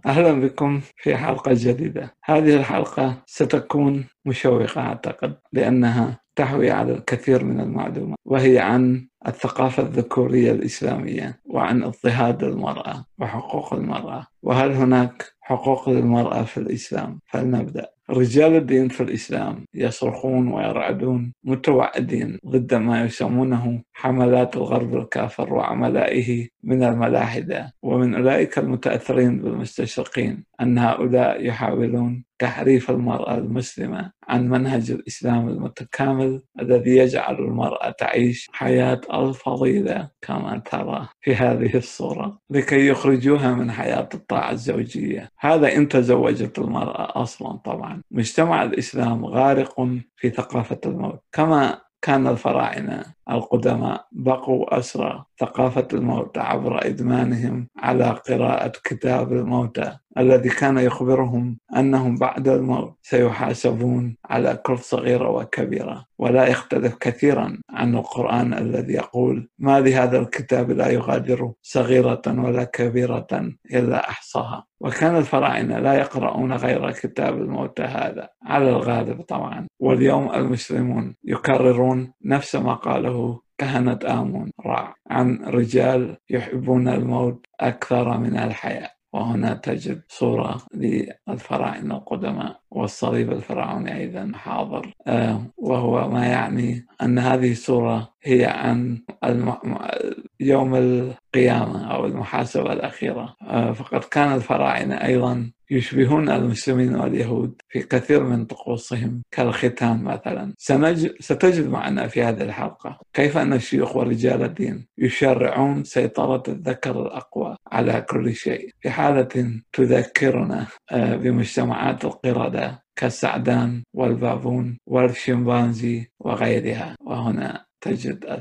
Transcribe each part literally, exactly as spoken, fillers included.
أهلا بكم في حلقة جديدة. هذه الحلقة ستكون مشوقة أعتقد، لأنها تحوي على الكثير من المعلومات، وهي عن الثقافة الذكورية الإسلامية وعن اضطهاد المرأة وحقوق المرأة، وهل هناك حقوق للمرأة في الإسلام؟ فلنبدأ. رجال الدين في الإسلام يصرخون ويرعدون متوعدين ضد ما يسمونه حملات الغرب الكافر وعملائه من الملاحدة ومن أولئك المتأثرين بالمستشرقين، أن هؤلاء يحاولون تحريف المرأة المسلمة عن منهج الإسلام المتكامل الذي يجعل المرأة تعيش حياة الفضيلة كما ترى في هذه الصورة، لكي يخرجوها من حياة الطاعة الزوجية. هذا إن تزوجت المرأة أصلا. طبعا مجتمع الإسلام غارق في ثقافة الموت، كما كان الفراعنة القدماء بقوا أسرى ثقافة الموت عبر إدمانهم على قراءة كتاب الموتى الذي كان يخبرهم أنهم بعد الموت سيحاسبون على كل صغيرة وكبيرة، ولا يختلف كثيرا عن القرآن الذي يقول: ما لهذا الكتاب لا يغادر صغيرة ولا كبيرة إلا أحصاها. وكان الفراعنة لا يقرؤون غير كتاب الموتى هذا على الغالب طبعا. واليوم المسلمون يكررون نفس ما قاله كهنة آمون رع عن رجال يحبون الموت أكثر من الحياة. وهنا تجد صورة للفراعنة القدماء، والصليب الفرعوني أيضا حاضر، آه وهو ما يعني أن هذه الصورة هي عن الم... يوم القيامة أو المحاسبة الأخيرة. آه فقد كان الفراعنة أيضا يشبهون المسلمين واليهود في كثير من طقوسهم كالختان مثلا. سنج... ستجد معنا في هذه الحلقة كيف أن الشيوخ ورجال الدين يشرعون سيطرة الذكر الأقوى على كل شيء، في حالة تذكرنا بمجتمعات القردة كالسعدان والبابون والشمبانزي وغيرها. وهنا تجد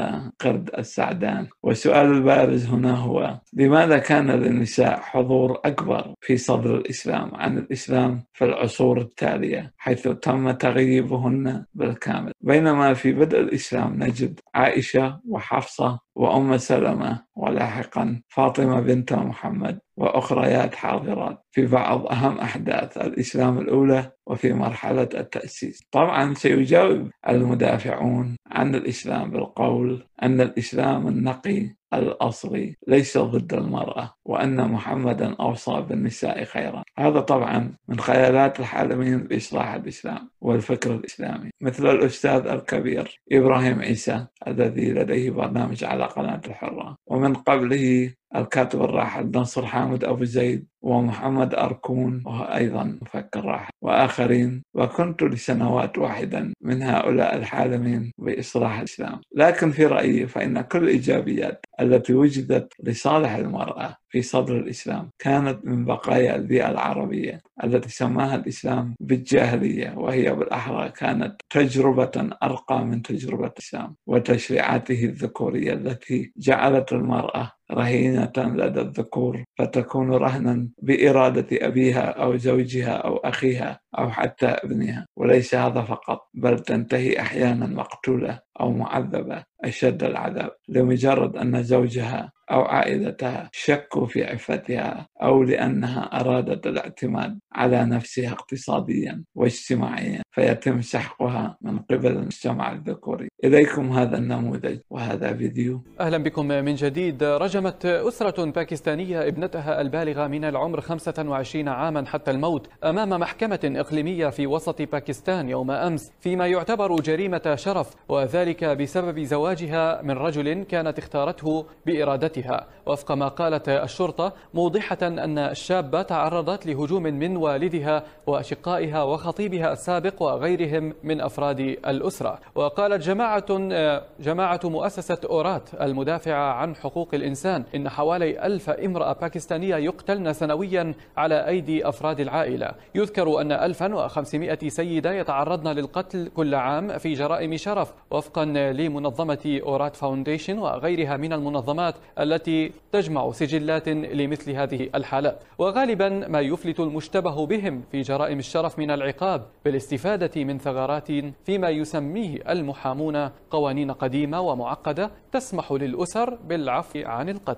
قرد السعدان. والسؤال البارز هنا هو: لماذا كان للنساء حضور أكبر في صدر الإسلام عن الإسلام في العصور التالية، حيث تم تغييبهن بالكامل، بينما في بدء الإسلام نجد عائشة وحفصة وأم سلمة ولاحقا فاطمة بنت محمد وأخريات حاضرات في بعض أهم أحداث الإسلام الأولى وفي مرحلة التأسيس. طبعا سيجاوب المدافعون عن الإسلام بالقول أن الإسلام النقي الأصلي ليس ضد المرأة، وأن محمدا أوصى بالنساء خيرا. هذا طبعا من خيالات الحالمين بإصلاح الإسلام والفكر الإسلامي، مثل الأستاذ الكبير إبراهيم عيسى الذي لديه برنامج على قناة الحرة، ومن قبله الكاتب الراحل نصر حامد أبو زيد ومحمد أركون وهو أيضا مفكر راحل وآخرين. وكنت لسنوات واحدا من هؤلاء الحالمين بإصلاح الإسلام. لكن في رأيي فإن كل الإيجابيات التي وجدت لصالح المرأة في صدر الإسلام كانت من بقايا البيئة العربية التي سماها الإسلام بالجاهلية، وهي بالأحرى كانت تجربة أرقى من تجربة الإسلام وتشريعاته الذكورية التي جعلت المرأة رهينة لدى الذكور، فتكون رهنا بإرادة أبيها أو زوجها أو أخيها أو حتى ابنها. وليس هذا فقط، بل تنتهي أحيانا مقتولة أو معذبة أشد العذاب لمجرد أن زوجها أو عائلتها شكوا في عفتها، أو لأنها أرادت الاعتماد على نفسها اقتصاديا واجتماعيا، فيتم سحقها من قبل المجتمع الذكوري. إليكم هذا النموذج وهذا فيديو. أهلا بكم من جديد. رجمت أسرة باكستانية ابنتها البالغة من العمر خمسة وعشرين عاما حتى الموت أمام محكمة إقليمية في وسط باكستان يوم أمس، فيما يعتبر جريمة شرف، وذلك بسبب زواجها من رجل كانت اختارته بإرادتها، وفق ما قالت الشرطة، موضحة أن الشابة تعرضت لهجوم من والدها وأشقائها وخطيبها السابق وغيرهم من أفراد الأسرة. وقالت جماعة جماعة مؤسسة أورات المدافعة عن حقوق الإنسان إن حوالي ألف امرأة باكستانية يقتلن سنويا على أيدي أفراد العائلة. يذكر أن ألفا وخمسمائة سيدة يتعرضن للقتل كل عام في جرائم شرف، وفقا لمنظمة أورات فاونديشن وغيرها من المنظمات التي تجمع سجلات لمثل هذه الحالات. وغالبا ما يفلت المشتبه بهم في جرائم الشرف من العقاب بالاستفادة من ثغرات فيما يسميه المحامون قوانين قديمة ومعقدة تسمح للأسر بالعفو عن القتلة.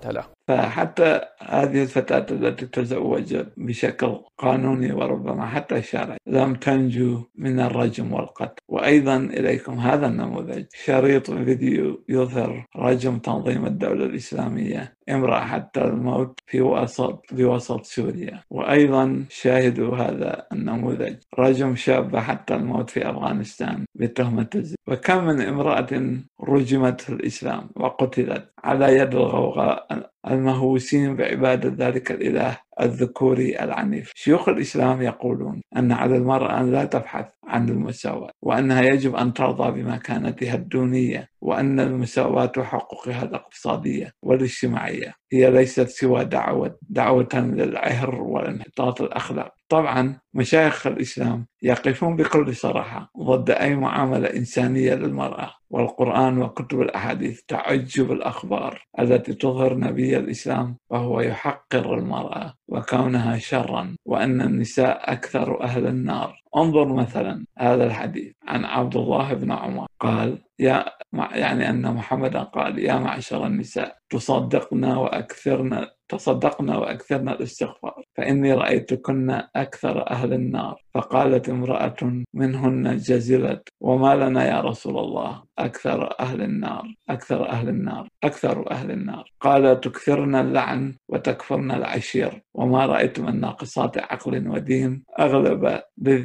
فحتى هذه الفتاة التي تزوجت بشكل قانوني وربما حتى شرعي لم تنجو من الرجم والقتل. وأيضا إليكم هذا النموذج، شريط فيديو يظهر رجم تنظيم الدولة الإسلامية امرأة حتى الموت في وسط بوسط سوريا. وأيضا شاهدوا هذا النموذج، رجم شابة حتى الموت في أفغانستان بتهمة الزنا. وكم من امرأة رجمت في الإسلام وقتلت على يد الغوغاء المهووسين بعبادة ذلك الإله الذكوري العنيف. شيوخ الإسلام يقولون أن على المرأة أن لا تبحث عن المساواة، وأنها يجب أن ترضى بمكانتها الدونية، وأن المساواة وحقوقها الاقتصادية والاجتماعية هي ليست سوى دعوة دعوة للعهر والانحطاط الأخلاقي. طبعا مشايخ الإسلام يقفون بكل صراحة ضد أي معاملة إنسانية للمرأة، والقرآن وكتب الأحاديث تعج بالأخبار التي تظهر نبي الإسلام وهو يحقر المرأة وكونها شرا، وأن النساء أكثر أهل النار. انظر مثلا هذا الحديث عن عبد الله بن عمر قال يا يعني أن محمدا قال: يا معشر النساء تصدقنا وأكثرنا تصدقنا وأكثرنا الاستغفار، فإني رأيتكن أكثر أهل النار. فقالت امرأة منهن جزلت: وما لنا يا رسول الله أكثر أهل النار أكثر أهل النار أكثر أهل النار؟ قال: تكثرن اللعن وتكفرن العشير، وما رأيت من ناقصات عقل ودين أغلب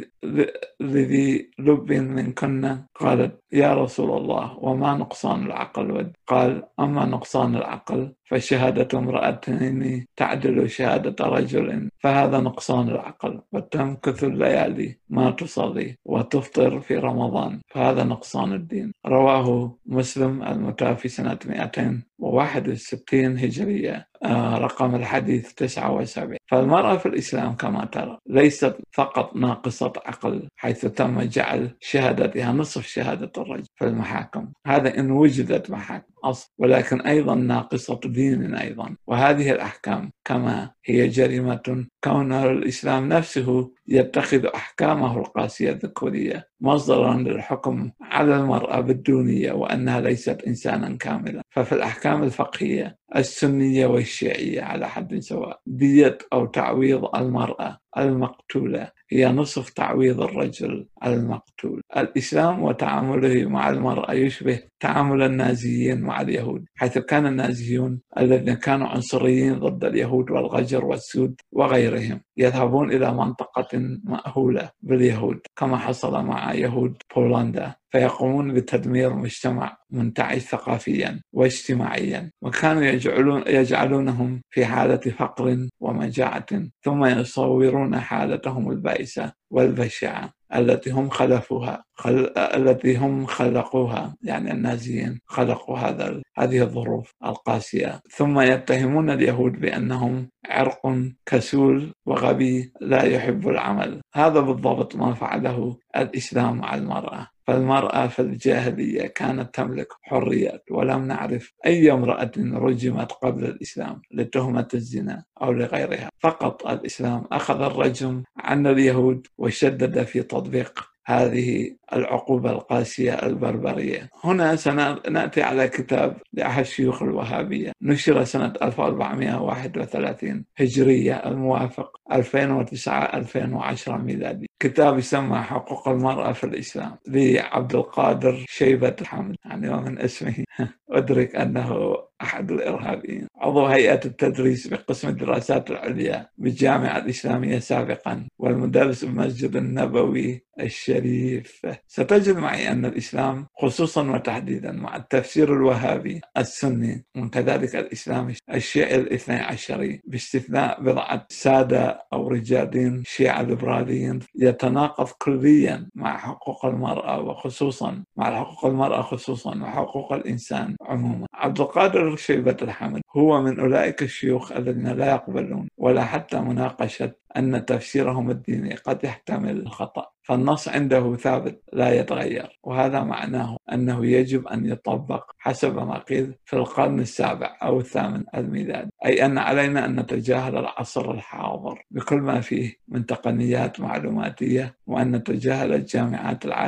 لذي لب منكن. قالت: يا رسول الله وما نقصان العقل؟ قال: أما نقصان العقل فشهادة امرأتين تعدل شهادة رجل، فهذا نقصان العقل. وتمكث الليالي ما تصلي وتفطر في رمضان، فهذا نقصان الدين. رواه مسلم المتوفى سنة مئتين وواحد وستين هجرية، آه رقم الحديث تسعة وسبعين. فالمرأة في الإسلام كما ترى ليست فقط ناقصة عقل، حيث تم جعل شهادتها نصف شهادة الرجل في المحاكم، هذا إن وجدت محاكم أصل، ولكن أيضا ناقصة دين أيضا. وهذه الأحكام كما هي جريمة كونه الإسلام نفسه يتخذ أحكامه القاسية الذكورية مصدرا للحكم على المرأة بالدونية وأنها ليست إنسانا كاملا. ففي الأحكام الفقهية السنية والشيعية على حد سواء، دية أو تعويض المرأة المقتولة هي نصف تعويض الرجل المقتول. الإسلام وتعامله مع المرأة يشبه تعامل النازيين مع اليهود، حيث كان النازيون الذين كانوا عنصريين ضد اليهود والغجر والسود وغيرهم يذهبون إلى منطقة مأهولة باليهود كما حصل مع يهود بولندا، فيقومون بتدمير مجتمع منتعش ثقافيا واجتماعيا، وكانوا يجعلون يجعلونهم في حالة فقر ومجاعة، ثم يصورون حالتهم البائسة والبشعة التي هم خلفوها خل... التي هم خلقوها، يعني النازيين خلقوا هذا هذه الظروف القاسية، ثم يتهمون اليهود بأنهم عرق كسول وغبي لا يحب العمل. هذا بالضبط ما فعله الإسلام مع المرأة. فالمرأة في الجاهلية كانت تملك حريات، ولم نعرف أي امرأة رجمت قبل الإسلام لتهمة الزنا أو لغيرها. فقط الإسلام أخذ الرجم عن اليهود وشدد في تطبيق هذه العقوبة القاسية البربرية. هنا سنأتي على كتاب لأحد شيوخ الوهابية نشر سنة ألف وأربعمائة وواحد وثلاثين هجرية الموافق ألفين وتسعة ألفين وعشرة ميلادي، كتاب يسمى حقوق المرأة في الإسلام لعبد القادر شيبة الحمد، يعني ومن اسمه أدرك أنه أحد الإرهابيين، عضو هيئة التدريس بقسم الدراسات العليا بالجامعة الإسلامية سابقا، والمدرس بالمسجد النبوي الشريف. ستجد معي أن الإسلام خصوصا وتحديدا مع التفسير الوهابي السني وكذلك الإسلام الشيعي الاثني عشري باستثناء بضعة سادة أو رجالين شيعة ليبراليين يتناقض كليا مع حقوق المرأة، وخصوصا مع حقوق المرأة خصوصا وحقوق الإنسان عموما. عبد القادر شيبة الحمد هو من أولئك الشيوخ الذين لا يقبلون ولا حتى مناقشة أن تفسيرهم الديني قد يحتمل الخطأ، فالنص عنده ثابت لا يتغير، وهذا معناه أنه يجب أن يطبق حسب ما قيل في القرن السابع أو الثامن الميلادي، أي أن علينا أن نتجاهل العصر الحاضر بكل ما فيه من تقنيات معلوماتية، وأن نتجاهل الجامعات العالمية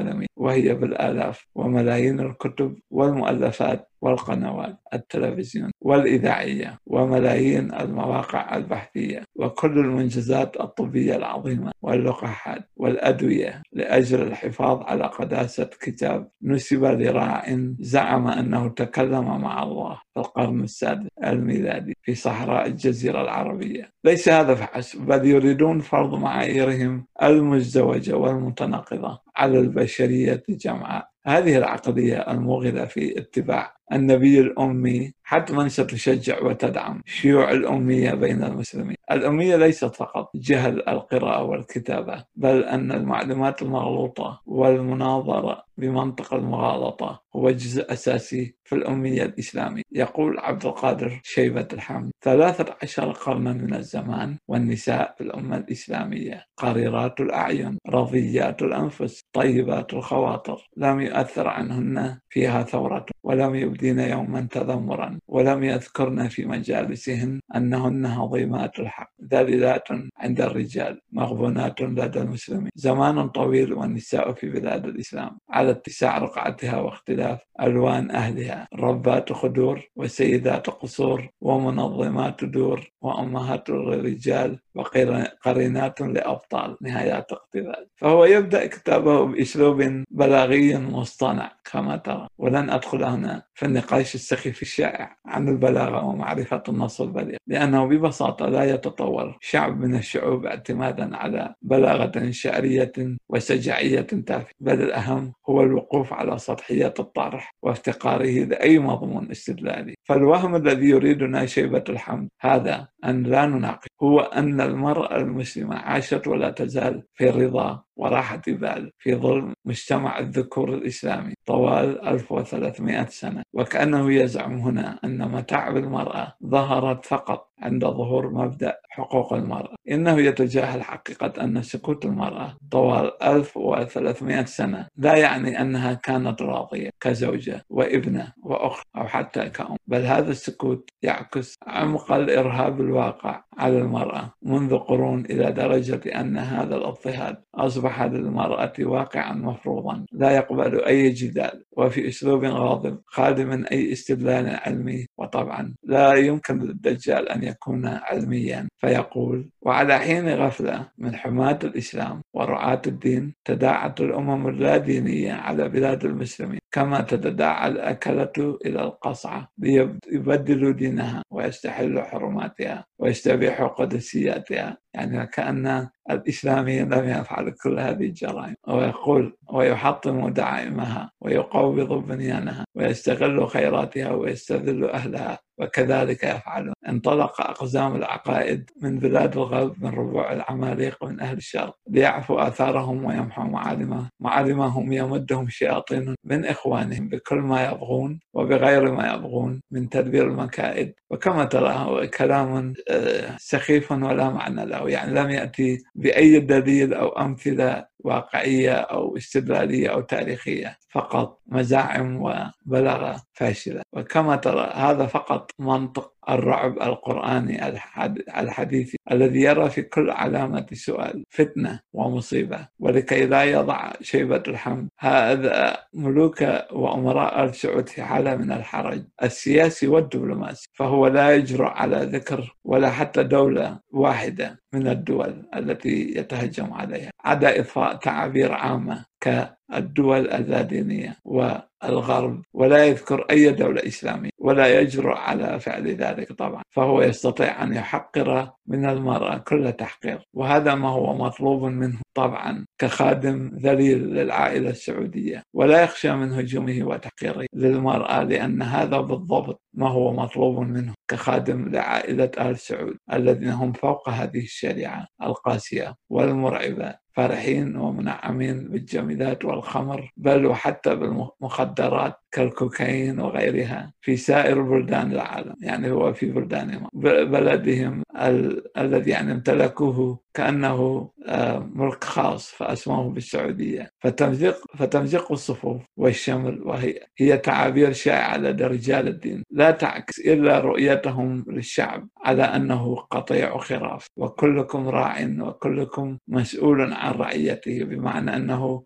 وهي بالآلاف، وملايين الكتب والمؤلفات والقنوات التلفزيون والإذاعية وملايين المواقع البحثية وكل المنجزات الطبية العظيمة واللقاحات والأدوية لأجل الحفاظ على قداسة كتاب نسب لراع زعم أنه تكلم مع الله في القرن السادس الميلادي في صحراء الجزيرة العربية. ليس هذا فحسب، بل يريدون فرض معاييرهم المزدوجة والمتناقضة على البشرية جمعاء. هذه العقلية الموغلة في اتباع النبي الأمي حتما ستشجع وتدعم شيوع الأمية بين المسلمين. الأمية ليست فقط جهل القراءة والكتابة، بل أن المعلومات المغلوطة والمناظرة بمنطق المغالطة هو جزء أساسي في الأمية الإسلامية. يقول عبد القادر شيبة الحمد: ثلاثة عشر قرنا من الزمان والنساء في الأمة الإسلامية قريرات الأعين، رضيات الأنفس، طيبات الخواطر، لم يؤثر عنهن فيها ثورة، ولم يبدين يوما تذمرا، ولم يذكرن في مجالسهن أنهن هضيمات الحق، ذليلات عند الرجال، مغبونات لدى المسلمين. زمان طويل والنساء في بلاد الإسلام على اتساع رقعتها واختلاف ألوان أهلها، ربات خدور وسيدات قصور ومنظمات دور وأمهات الرجال وقرينات لأبطال. نهايات اقتباس. فهو يبدأ كتابه بأسلوب بلاغي مصطنع كما ترى، ولن أدخل هنا في النقاش السخيف الشائع عن البلاغة ومعرفة النص البليغ، لأنه ببساطة لا يتطور شعب من الشعوب اعتمادا على بلاغة شعرية وسجعية تافهة، بل الأهم هو الوقوف على سطحية الطرح وافتقاره لأي مضمون استدلالي. فالوهم الذي يريدنا شيبة الحمد هذا أن لا نناقش هو أن المرأة المسلمة عاشت ولا تزال في رضا وراحة بال في ظل مجتمع الذكور الإسلامي طوال ألف وثلاثمائة سنة، وكأنه يزعم هنا أن متاعب المرأة ظهرت فقط عند ظهور مبدأ حقوق المرأة. إنه يتجاهل حقيقة أن سكوت المرأة طوال ألف وثلاثمائة سنة لا يعني أنها كانت راضية كزوجة وابنة وأخت أو حتى كأم، بل هذا السكوت يعكس عمق الإرهاب الواقع على المرأة منذ قرون، إلى درجة أن هذا الاضطهاد أصبح للمرأة واقعا مفروضا لا يقبل أي جدال، وفي أسلوب غاضب خالي من أي استدلال علمي. وطبعا لا يمكن للدجال أن يكون علميا، فيقول: وعلى حين غفلة من حماة الإسلام ورعاة الدين تداعت الأمم اللادينية على بلاد المسلمين كما تتداعى الأكلة إلى القصعة ليبدلوا دينها ويستحلوا حرماتها ويستبيحوا قدسياتها، يعني كأن الإسلاميين لم يفعلوا كل هذه الجرائم. ويقول: ويحطم دعائمها ويقوض بنيانها ويستغل خيراتها ويستذل أهلها، وكذلك يفعلون. انطلق أقزام العقائد من بلاد الغرب من ربوع العماليق من أهل الشرق ليعفوا آثارهم ويمحوا معالمهم معالمهم يمدهم شياطين من إخوانهم بكل ما يبغون وبغير ما يبغون من تدبير المكائد. وكما ترى كلام سخيف ولا معنى له، يعني لم يأتي بأي دليل أو أمثلة واقعية أو استدلالية أو تاريخية، فقط مزاعم وبلاغة فاشلة. وكما ترى هذا فقط منطق الرعب القرآني الحديث الذي يرى في كل علامة سؤال فتنة ومصيبة. ولكي لا يضع شيبة الحمد هذا ملوك وأمراء آل سعود في حالة من الحرج السياسي والدبلوماسي، فهو لا يجرؤ على ذكر ولا حتى دولة واحدة من الدول التي يتهجم عليها عدا إضفاء تعابير عامة كالدول اللادينية والغرب، ولا يذكر أي دولة إسلامية ولا يجرؤ على فعل ذلك طبعا. فهو يستطيع أن يحقر من المرأة كل تحقير، وهذا ما هو مطلوب منه طبعا كخادم ذليل للعائلة السعودية، ولا يخشى من هجومه وتحقيره للمرأة، لأن هذا بالضبط ما هو مطلوب منه كخادم لعائلة آل سعود الذين هم فوق هذه الشريعة القاسية والمرعبة، فرحين ومنعمين بالجميلات والخمر، بل وحتى بالمخدرات كالكوكايين وغيرها في سائر بلدان العالم. يعني هو في بلدانهم بلدهم ال... الذي يعني امتلكوه كأنه ملك خاص فأسموه بالسعودية. فتمزيق فتمزيق الصفوف والشمل وهي هي تعابير شائعة لدى رجال الدين لا تعكس إلا رؤيتهم للشعب على أنه قطيع خراف، وكلكم راع وكلكم مسؤول عن رعيته، بمعنى أنه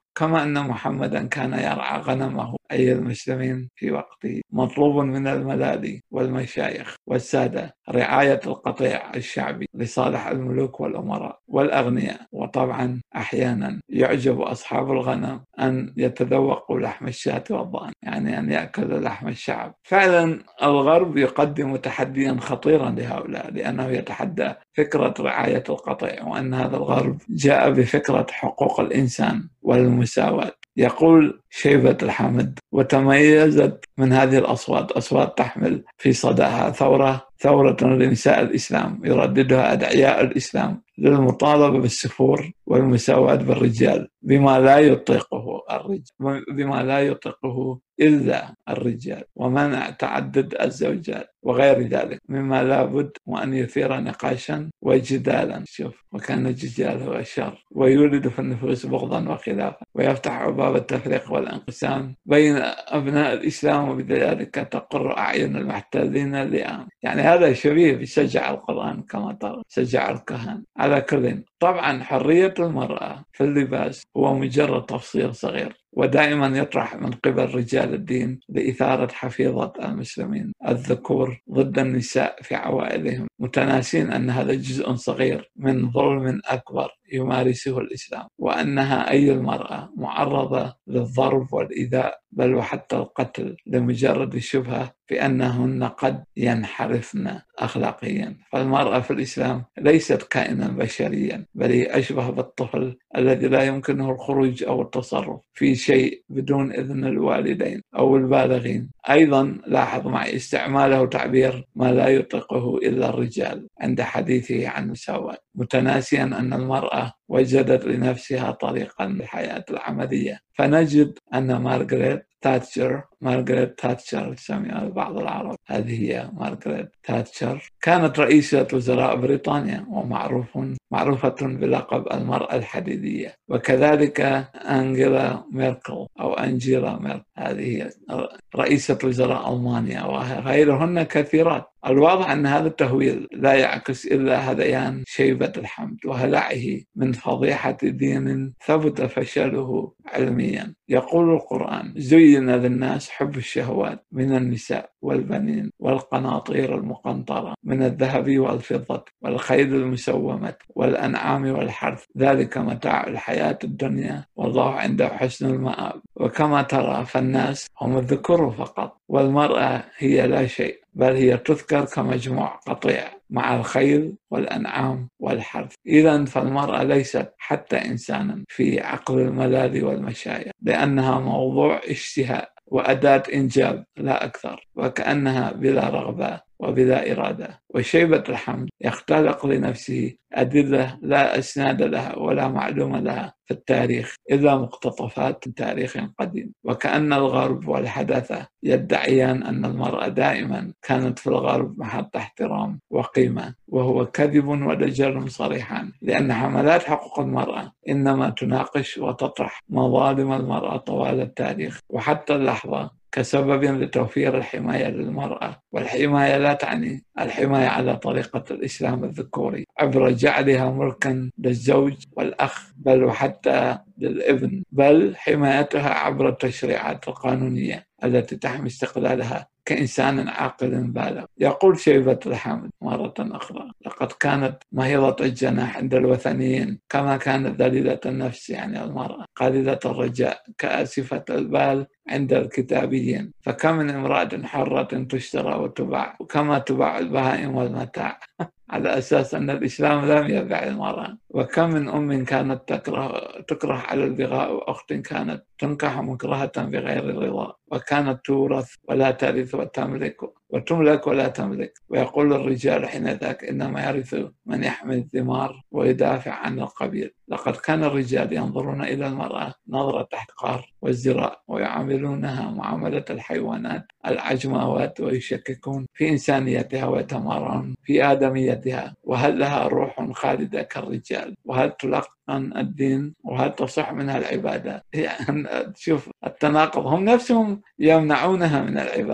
كما أن محمدا كان يرعى غنمه أي المسلمين في وقته. مطلوب من الملالي والمشايخ والسادة رعاية القطيع الشعبي لصالح الملوك والأمراء والأغنياء. وطبعا أحيانا يعجب أصحاب الغنم أن يتذوقوا لحم الشاة والضأن، يعني أن يأكلوا لحم الشعب. فعلا الغرب يقدم تحديا خطيرا لهؤلاء، لأنه يتحدى فكرة رعاية القطيع، وأن هذا الغرب جاء بفكرة حقوق الإنسان والمساواة. يقول شيبة الحمد: وتميزت من هذه الأصوات أصوات تحمل في صداها ثورة ثورة لنساء الإسلام يرددها أدعياء الإسلام للمطالبة بالسفور والمساواة بالرجال بما لا يطيقه الرجال بما لا يطيقه إلا الرجال، ومنع تعدد الزوجات وغير ذلك مما لا بد وأن يثير نقاشا وجدالا. شوف، وكان الجدال هو الشر، ويولد في النفوس بغضا وخلافا، ويفتح أبواب التفريق والانقسام بين أبناء الإسلام، وبذلك تقر أعين المحتلين اللئام. يعني هذا شبيه بشجع القرآن كما ترى، شجع الكهان. على كل، طبعا حرية المرأة في اللباس هو مجرد تفصيل صغير، ودائما يطرح من قبل رجال الدين لإثارة حفيظة المسلمين الذكور ضد النساء في عوائلهم، متناسين أن هذا جزء صغير من ظلم أكبر يمارسه الإسلام، وأنها أي المرأة معرضة للضرب والإيذاء بل وحتى القتل لمجرد الشبهة بأنهن قد ينحرفن أخلاقيا. فالمرأة في الإسلام ليست كائنا بشريا، بل هي أشبه بالطفل الذي لا يمكنه الخروج أو التصرف في شيء بدون إذن الوالدين أو البالغين. أيضا لاحظ معي استعماله تعبير ما لا يطيقه إلا الرجال عند حديثه عن المساواة، متناسيا أن المرأة وجدت لنفسها طريقا للحياة العملية. فنجد أن مارغريت تاتشر مارغريت تاتشر يسميها بعض العرب، هذه هي مارغريت تاتشر، كانت رئيسة وزراء بريطانيا ومعروف معروفة بلقب المرأة الحديدية. وكذلك أنجيلا ميركل أو أنجيلا ميركل، هذه رئيسة وزراء ألمانيا، وغيرهن كثيرات. الواضح أن هذا التهويل لا يعكس إلا هذيان شيبة الحمد وهلعه من فضيحة دين ثبت فشله علميا. يقول القرآن: زين للناس حب الشهوات من النساء والبنين والقناطير المقنطرة من الذهب والفضة والخيل المسومة والأنعام والحرث، ذلك متاع الحياة الدنيا والله عنده حسن المآب. وكما ترى فالناس هم الذكور فقط، والمرأة هي لا شيء، بل هي تذكر كمجموع قطيع مع الخيل والأنعام والحرث. إذن فالمرأة ليست حتى إنسانا في عقل الملالي والمشايخ، لأنها موضوع اشتهاء وأداة إنجاب لا أكثر، وكأنها بلا رغبة وبلا إرادة. وشيبة الحمد يختلق لنفسه أدلة لا أسناد لها ولا معلومة لها في التاريخ إلا مقتطفات من تاريخ قديم، وكأن الغرب والحداثة يدعيان أن المرأة دائما كانت في الغرب محط احترام وقيمة، وهو كذب ودجل صريحا، لأن حملات حقوق المرأة إنما تناقش وتطرح مظالم المرأة طوال التاريخ وحتى اللحظة كسبب لتوفير الحماية للمرأة. والحماية لا تعني الحماية على طريقة الإسلام الذكوري عبر جعلها ملكا للزوج والأخ بل وحتى للابن، بل حمايتها عبر التشريعات القانونية التي تحمي استقلالها كإنسان عاقل بالغ. يقول شيبة الحمد مرة أخرى: لقد كانت مهيضة الجناح عند الوثنيين كما كانت ذليلة النفس، يعني المرأة قليلة الرجاء كآسفة البال عند الكتابيين. فكم من امرأة حرة تشترى وتباع، وكما تباع البهائم والمتاع على أساس أن الإسلام لم يبع المرأة. وكم من أم كانت تكره, تكره على البغاء، وأخت كانت تنكح مكرهة بغير رضا، وكانت تورث ولا ترث وتملك وتملك ولا تملك. ويقول الرجال حين ذاك: إنما يرث من يحمل الثمار ويدافع عن القبيل. لقد كان الرجال ينظرون إلى المرأة نظرة احتقار وازدراء، ويعاملونها معاملة الحيوانات العجماوات، ويشككون في إنسانيتها ويتمارون في آدميتها. وهل لها روح خالدة كالرجال؟ وهل تلقن الدين؟ وهل تصح منها العبادة؟ يعني شوف التناقض، هم نفسهم يمنعونها من العبادة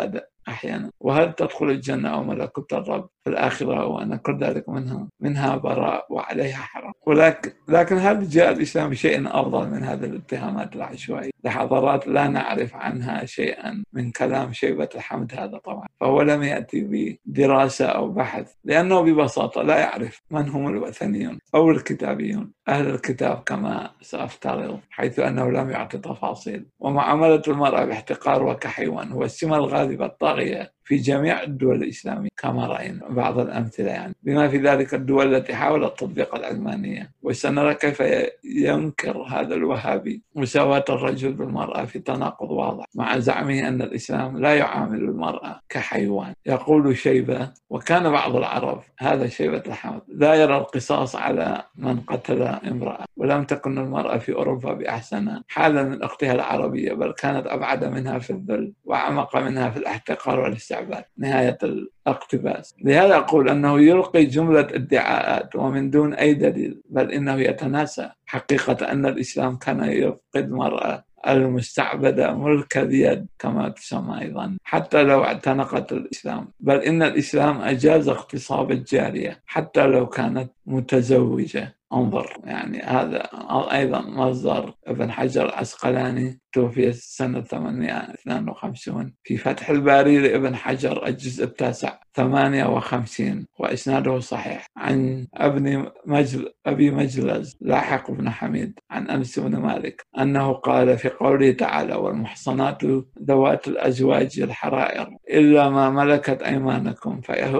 أحيانا. وهل تدخل الجنة أو ملكوت الرب في الآخرة وأن كل ذلك منها منها براء وعليها حرام. ولكن لكن هل جاء الإسلام بشيء أفضل من هذه الاتهامات العشوائية لحضارات لا نعرف عنها شيئا من كلام شيبة الحمد هذا طبعا؟ فهو لم يأتي بدراسة أو بحث، لأنه ببساطة لا يعرف من هم الوثنيون أو الكتابيون أهل الكتاب كما سأفترض، حيث أنه لم يعطي تفاصيل. ومعاملة المرأة باحتقار وكحيوان هو السمة الغالبة الطاغية في جميع الدول الإسلامية كما رأينا بعض الأمثلة، يعني بما في ذلك الدول التي حاولت تطبيق العلمانية. وسنرى كيف ينكر هذا الوهابي مساواة الرجل بالمرأة في تناقض واضح مع زعمه أن الإسلام لا يعامل المرأة كحيوان. يقول شيبة: وكان بعض العرب، هذا شيبة الحمد، لا يرى القصاص على من قتل امرأة، ولم تكن المرأة في أوروبا بأحسن حالا من أختها العربية، بل كانت أبعد منها في الذل وأعمق منها في الاحتقار والاستعباد. نهاية الاقتباس. لهذا أقول أنه يلقي جملة ادعاءات ومن دون أي دليل، بل إنه يتناسى حقيقة أن الإسلام كان يفقد المرأة المستعبدة ملك اليد كما تسمى أيضا حتى لو اعتنقت الإسلام، بل إن الإسلام أجاز اغتصاب الجارية حتى لو كانت متزوجة. انظر، يعني هذا أيضا مصدر ابن حجر العسقلاني، توفي سنة ثمانمائة واثنين وخمسين، في فتح الباري لابن حجر الجزء التاسع ثمانية وخمسين، وإسناده صحيح، عن ابن مجل أبي مجلز لاحق بن حميد عن أنس بن مالك أنه قال في قوله تعالى: والمحصنات ذوات الأزواج الحرائر إلا ما ملكت أيمانكم،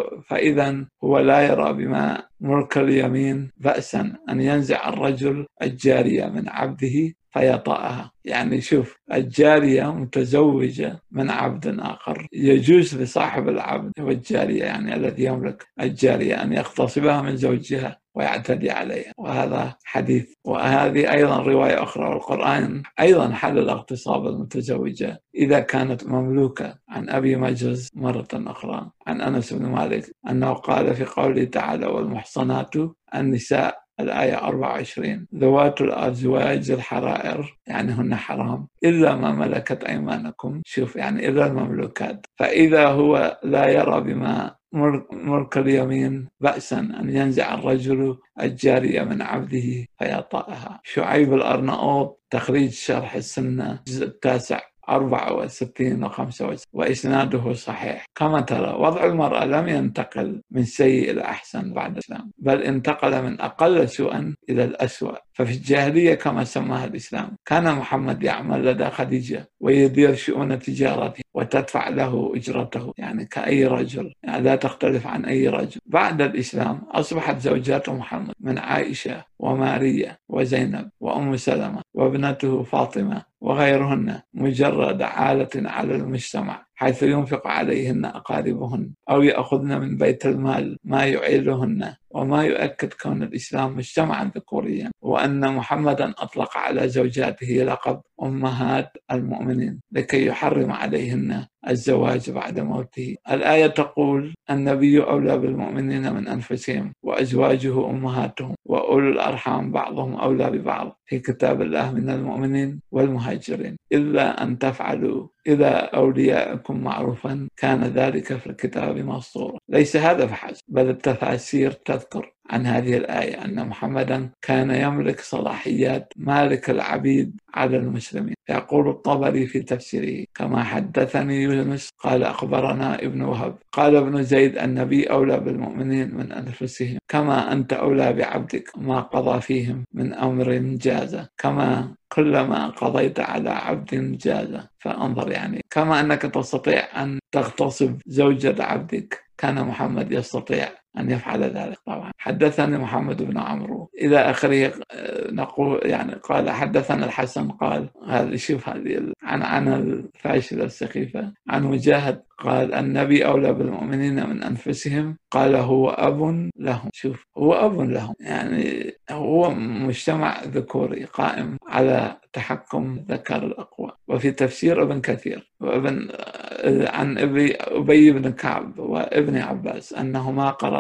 فإذا هو لا يرى بما ملك اليمين بأسا أن ينزع الرجل الجارية من عبده فيطأها. يعني شوف، الجارية متزوجة من عبد آخر، يجوز لصاحب العبد والجارية يعني الذي يملك الجارية أن يغتصبها من زوجها ويعتدي عليها. وهذا حديث، وهذه أيضا رواية أخرى. والقرآن أيضا حلل اغتصاب المتزوجة إذا كانت مملوكة، عن أبي مجلس مرة أخرى عن أنس بن مالك أنه قال في قوله تعالى: والمحصنات النساء، الآية أربعة وعشرين، ذوات الأزواج الحرائر، يعني هن حرام، إلا ما ملكت أيمانكم. شوف، يعني إلا المملوكات. فإذا هو لا يرى بما ملك اليمين بأسا أن ينزع الرجل الجارية من عبده فيطأها. شعيب الأرناؤوط، تخريج شرح السنة، الجزء التاسع أربعة وستين وخمسة وستين، وإسناده صحيح. كما ترى، وضع المرأة لم ينتقل من سيء إلى أحسن بعد الإسلام، بل انتقل من أقل سوءا إلى الأسوأ. ففي الجاهلية كما سماها الإسلام كان محمد يعمل لدى خديجة ويدير شؤون تجارته وتدفع له أجرته، يعني كأي رجل، يعني لا تختلف عن أي رجل. بعد الإسلام أصبحت زوجات محمد من عائشة وماريا وزينب وأم سلمة وابنته فاطمة وغيرهن مجرد عالة على المجتمع، حيث ينفق عليهن أقاربهن أو يأخذن من بيت المال ما يعيلهن، وما يؤكد كون الإسلام مجتمعا ذكوريا، وأن محمدا أطلق على زوجاته لقب أمهات المؤمنين لكي يحرم عليهن الزواج بعد موته. الآية تقول: النبي أولى بالمؤمنين من أنفسهم وأزواجه أمهاتهم وأولو الأرحام بعضهم أولى ببعض في كتاب الله من المؤمنين والمهاجرين إلا أن تفعلوا إلى أوليائكم معروفا كان ذلك في الكتاب مسطورا. ليس هذا فحسب، بل التفاسير تذكر عن هذه الآية أن محمدا كان يملك صلاحيات مالك العبيد على المسلمين. يقول الطبري في تفسيره: كما حدثني يونس قال أخبرنا ابن وهب قال ابن زيد: النبي أولى بالمؤمنين من أنفسهم كما أنت أولى بعبدك ما قضى فيهم من أمر جازة، كما كلما قضيت على عبد جازة. فانظر، يعني كما أنك تستطيع أن تغتصب زوجة عبدك كان محمد يستطيع أن يفعل ذلك. طبعا حدثني محمد بن عمرو إلى آخره. نقول يعني قال حدثنا الحسن قال، هذا شوف هذه العنعنة الفاشلة السخيفة، عن مجاهد قال: النبي أولى بالمؤمنين من أنفسهم، قال هو أب لهم. شوف، هو أب لهم، يعني هو مجتمع ذكوري قائم على تحكم الذكر الأقوى. وفي تفسير ابن كثير وابن عن أبي بن كعب وابن عباس أنهما قرأ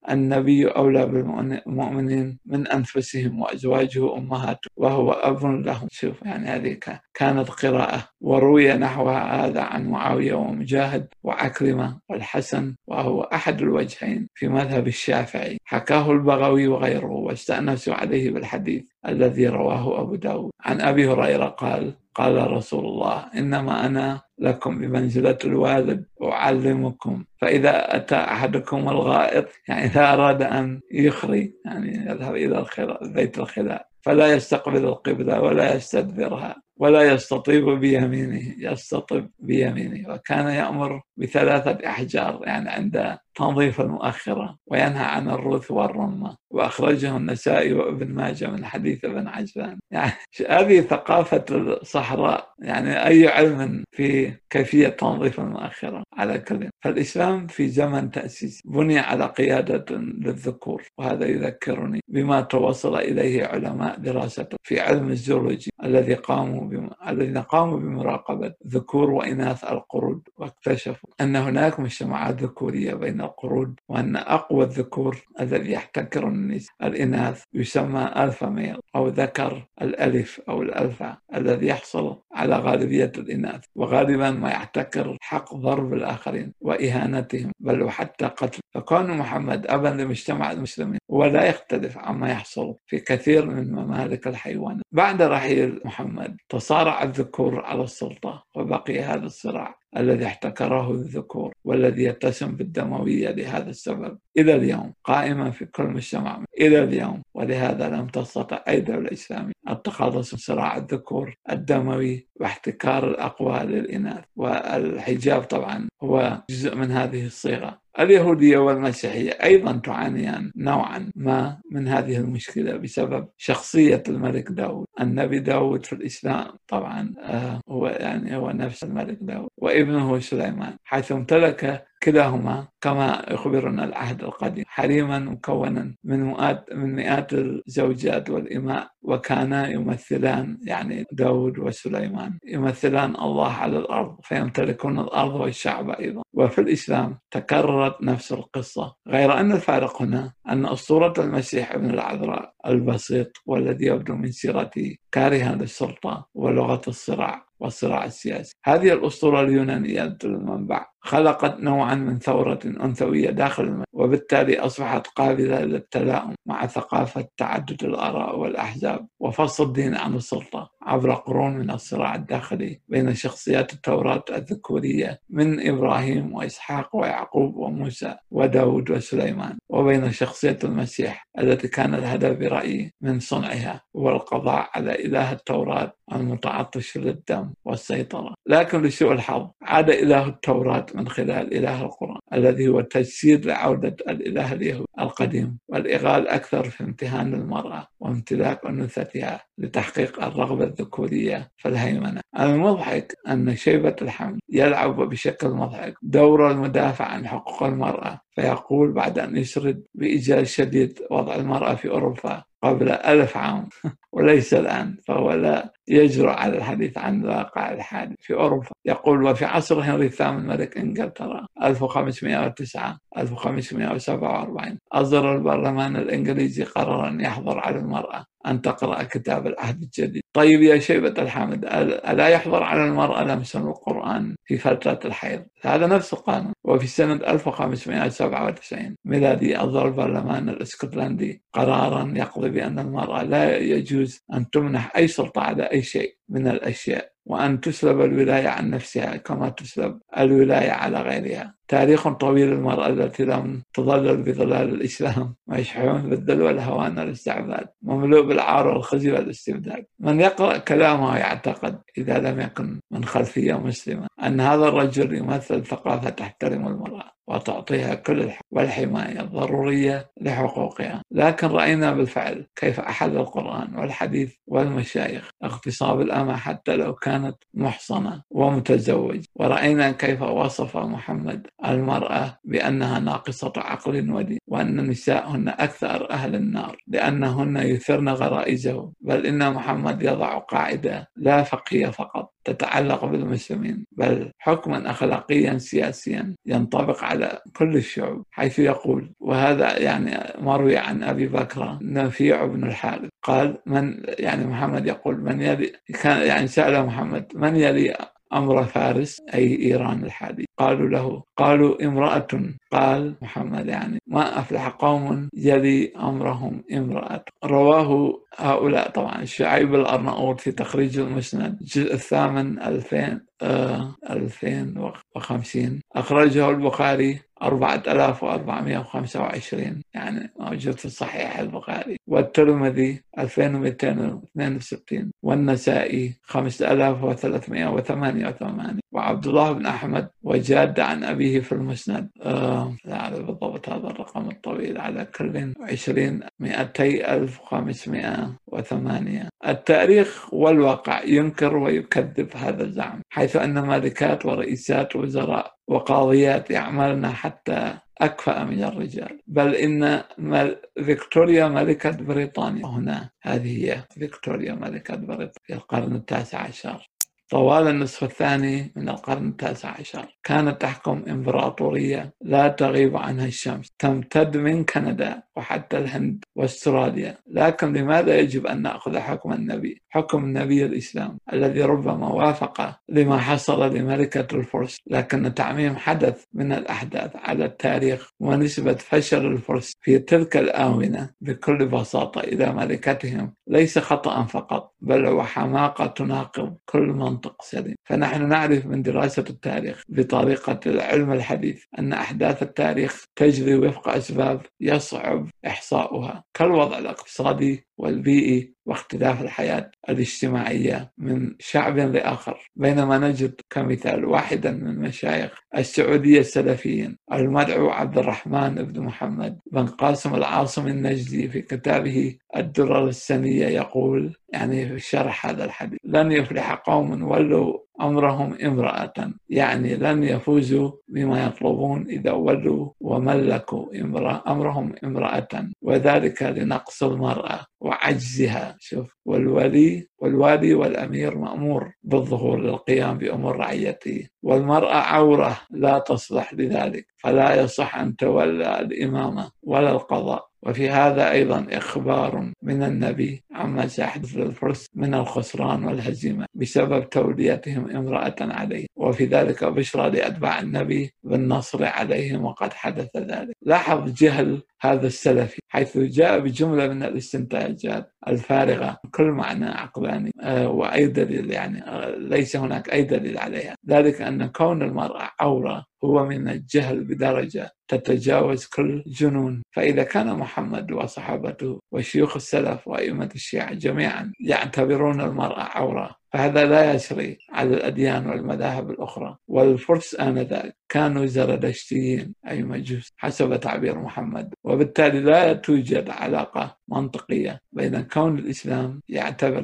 النبي أولى بالمؤمنين من أنفسهم وأزواجه أمهاتهم وهو أب لهم. شوف يعني هذه كانت قراءة. وروي نحو هذا عن معاوية ومجاهد وعكرمة والحسن، وهو أحد الوجهين في مذهب الشافعي، حكاه البغوي وغيره، واستأنسوا عليه بالحديث الذي رواه أبو داود عن أبي هريرة قال: قال رسول الله: إنما أنا لكم بمنزلة الوالد أعلمكم، فإذا أتى أحدكم الغائط، يعني إذا أراد أن يخري، يعني يذهب إلى الخلاء، بيت الخلاء، فلا يستقبل القبلة ولا يستدبرها ولا يستطيب بيمينه، يستطب بيمينه. وكان يأمر بثلاثة أحجار يعني عند تنظيف المؤخرة، وينهى عن الروث والرمة، وأخرجه النسائي وابن ماجه من حديث ابن عجلان. يعني هذه ثقافة الصحراء، يعني أي علم في كيفية تنظيف المؤخرة على كل. فالإسلام في زمن تأسيس بني على قيادة للذكور، وهذا يذكرني بما توصل إليه علماء دراسة في علم الزولوجي الذي قاموا بم... الذين قاموا بمراقبة ذكور وإناث القرود، واكتشفوا أن هناك مجتمعات ذكورية بين القرود، وأن أقوى الذكور الذي يحتكر الإناث يسمى ألفا ميل، أو ذكر الألف أو الألفا، الذي يحصل على غالبية الإناث، وغالبا ما يحتكر حق ضرب الآخرين وإهانتهم، بل وحتى قتل. فكون محمد أبا لمجتمع المسلمين ولا يختلف عما يحصل في كثير من ممالك الحيوان. بعد رحيل محمد تصارع الذكور على السلطة، وبقي هذا الصراع الذي احتكره الذكور والذي يتسم بالدموية لهذا السبب إلى اليوم قائما في كل مجتمع إلى اليوم. ولهذا لم تستطع أي دولة إسلامية التخلص من صراع الذكور الدموي واحتكار الأقوى للإناث. والحجاب طبعا هو جزء من هذه الصيغة. اليهودية والمسيحية أيضا تعانيان نوعا ما من هذه المشكلة بسبب شخصية الملك داود. النبي داود في الإسلام طبعا آه هو يعني هو نفس الملك داود وابنه سليمان، حيث امتلك كلاهما كما يخبرنا العهد القديم حريما مكونا من مئات من مئات الزوجات والإماء، وكانا يمثلان يعني داود وسليمان يمثلان الله على الأرض، فيمتلكون الأرض والشعب أيضا. وفي الإسلام تكررت نفس القصة، غير أن الفارق هنا أن أسطورة المسيح ابن العذراء البسيط والذي يبدو من سيرته كارها للسلطة ولغة الصراع والصراع السياسي، هذه الأسطورة اليونانية المنبع خلقت نوعا من ثورة أنثوية داخل المجتمع، وبالتالي أصبحت قابلة للتلاؤم مع ثقافة تعدد الآراء والأحزاب وفصل الدين عن السلطة عبر قرون من الصراع الداخلي بين شخصيات التوراة الذكورية من إبراهيم وإسحاق ويعقوب وموسى وداود وسليمان، وبين شخصية المسيح التي كان الهدف برأيي من صنعها هو القضاء على إله التوراة المتعطش للدم والسيطرة. لكن لسوء الحظ عاد إله التوراة من خلال إله القرآن الذي هو تجسيد لعودة الإله اليهودي القديم، والإغال أكثر في امتهان المرأة وامتلاك أنوثتها لتحقيق الرغبة الذكورية في الهيمنة. المضحك أن شيبة الحمل يلعب بشكل مضحك دور المدافع عن حقوق المرأة، فيقول بعد أن يسرد بإيجاز شديد وضع المرأة في أوروبا قبل ألف عام وليس الآن، فهو لا يجرؤ على الحديث عن الواقع الحالي في أوروبا. يقول: وفي عصر هنري الثامن ملك إنجلترا ألف وخمسمائة وتسعة ألف وخمسمائة وسبعة وأربعين أصدر البرلمان الإنجليزي قرارا يحظر على المرأة أن تقرأ كتاب العهد الجديد. طيب يا شيبة الحمد، ألا يحظر على المرأة لمس القرآن في فترة الحيض؟ هذا نفس القانون. وفي سنة ألف وخمسمائة وسبعة وتسعين ميلادي أصدر البرلمان الاسكتلندي قرارا يقضي بأن المرأة لا يجوز أن تمنح أي سلطة على أي شيء من الأشياء، وأن تسلب الولاية عن نفسها كما تسلب الولاية على غيرها. تاريخ طويل المرأة التي لم تظلل بظلال الإسلام، مشحون بالذل والهوان والاستعباد، مملوء بالعار والخزي والاستبداد. من يقرأ كلامه يعتقد إذا لم يكن من خلفية مسلمة أن هذا الرجل يمثل ثقافة تحترم المرأة وتعطيها كل الحق والحماية الضرورية لحقوقها. لكن رأينا بالفعل كيف أحل القرآن والحديث والمشايخ اغتصاب الأمة حتى لو كانت محصنة ومتزوج، ورأينا كيف وصف محمد المرأة بأنها ناقصة عقل ودين، وأن النساء هن أكثر أهل النار لأنهن يثرن غرائزه. بل إن محمد يضع قاعدة لا فقهية فقط، تتعلق بالمسلمين، بل حكما أخلاقيا سياسيا ينطبق على كل الشعوب، حيث يقول، وهذا يعني مروي عن أبي بكر نفيع بن الحارث قال من يعني محمد يقول من يلي كان يعني سأل محمد من يلي أمر فارس أي إيران الحالي؟ قالوا له قالوا امرأة. قال محمد يعني ما أفلح قوم يلي أمرهم امرأة. رواه هؤلاء طبعا شعيب الأرناؤوط في تخريج المسند الجزء الثامن ألفين آه ألفين وخمسين. أخرجه البخاري أربعة آلاف وأربعمائة وخمسة وعشرين يعني موجود في صحيح البخاري، والترمذي ألفين ومئتين واثنين وستين، والنسائي خمسة آلاف وثلاثمائة وثمانية وثمانين، وعبد الله بن أحمد وجاد عن أبيه في المسند آه لا أعرف بالضبط هذا الرقم الطويل، على كل عشرين مئتي ألف وخمسمائة وثمانية. التاريخ والواقع ينكر ويكذب هذا الزعم، حيث أن ملكات ورئيسات وزراء وقاضيات يعملن حتى أكفأ من الرجال، بل إن فيكتوريا ملكة بريطانيا هنا، هذه هي فيكتوريا ملكة بريطانيا في القرن التاسع عشر طوال النصف الثاني من القرن التاسع عشر. كانت تحكم إمبراطورية لا تغيب عنها الشمس، تمتد من كندا وحتى الهند واستراليا. لكن لماذا يجب أن نأخذ حكم النبي، حكم النبي الإسلام الذي ربما وافق لما حصل لملكة الفرس، لكن تعميم حدث من الأحداث على التاريخ ونسبة فشل الفرس في تلك الآونة بكل بساطة إلى ملكتهم ليس خطأ فقط، بل هو حماقة تناقض كل منطق سليم. فنحن نعرف من دراسة التاريخ بطريقة العلم الحديث أن أحداث التاريخ تجري وفق أسباب يصعب إحصاؤها، كالوضع الاقتصادي والبيئي واختلاف الحياة الاجتماعية من شعب لآخر. بينما نجد كمثال واحدا من مشايخ السعودية السلفيين المدعو عبد الرحمن بن محمد بن قاسم العاصم النجدي في كتابه الدرر السنية يقول يعني في شرح هذا الحديث لن يفلح قوم ولوا أمرهم امرأة، يعني لن يفوزوا بما يطلبون إذا ولوا وملكوا امرأة أمرهم امرأة، وذلك لنقص المرأة وعجزها. شوف، والولي والوالي والأمير مأمور بالظهور للقيام بأمور رعيته، والمرأة عورة لا تصلح لذلك، فلا يصح أن تولى الإمامة ولا القضاء. وفي هذا أيضا إخبار من النبي عما سيحدث للفرس من الخسران والهزيمة بسبب توليتهم امرأة عليه، وفي ذلك بشرى لأتباع النبي بالنصر عليهم، وقد حدث ذلك. لاحظ جهل هذا السلفي حيث جاء بجملة من الاستنتاجات الفارغة كل معنى عقلاني آه وأي دليل يعني آه ليس هناك أي دليل عليها، ذلك أن كون المرأة عورة هو من الجهل بدرجة تتجاوز كل جنون. فإذا كان محمد وصحابته وشيوخ السلف وأئمة الشيعة جميعا يعتبرون المرأة عورة، فهذا لا يسري على الأديان والمذاهب الأخرى. والفرس آنذاك كانوا زردشتيين أي مجوس حسب تعبير محمد، وبالتالي لا توجد علاقة منطقية بين كون الإسلام يعتبر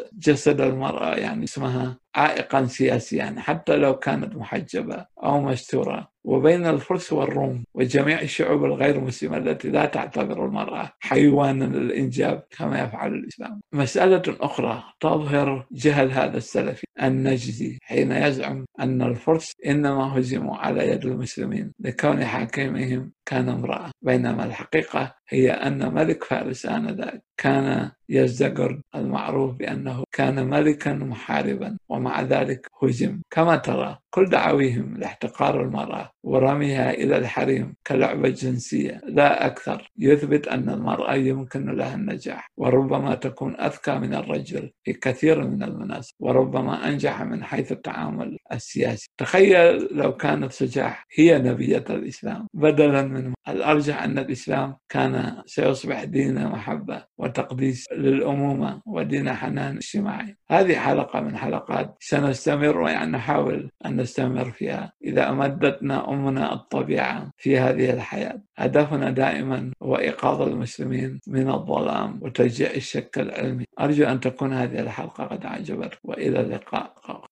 جسد المرأة يعني اسمها عائقا سياسيا حتى لو كانت محجبة أو مستورة، وبين الفرس والروم وجميع الشعوب الغير مسلمة التي لا تعتبر المرأة حيوانا للإنجاب كما يفعل الإسلام. مسألة أخرى تظهر جهل هذا السلفي النجدي حين يزعم أن الفرس إنما هزموا على يد المسلمين لكون حاكمهم كان امرأة، بينما الحقيقة هي أن ملك فارس آنذاك كان يزدجر المعروف بأنه كان ملكا محاربا، ومع ذلك هزم. كما ترى كل دعويهم لاحتقار المرأة ورميها إلى الحريم كلعبة جنسية لا أكثر يثبت أن المرأة يمكن لها النجاح، وربما تكون أذكى من الرجل في كثير من المناسب، وربما أنجح من حيث التعامل السياسي. تخيل لو كانت سجاح هي نبية الإسلام بدلا من الأرجح أن الإسلام كان سيصبح دين محبة وتقديس للأمومة ودين حنان اجتماعي. هذه حلقة من حلقات سنستمر ويعني نحاول أن نستمر فيها إذا أمدتنا أمنا الطبيعة في هذه الحياة. هدفنا دائما هو إيقاظ المسلمين من الظلام وتشجيع الشك العلمي. أرجو أن تكون هذه الحلقة قد عجبتكم، وإلى اللقاء.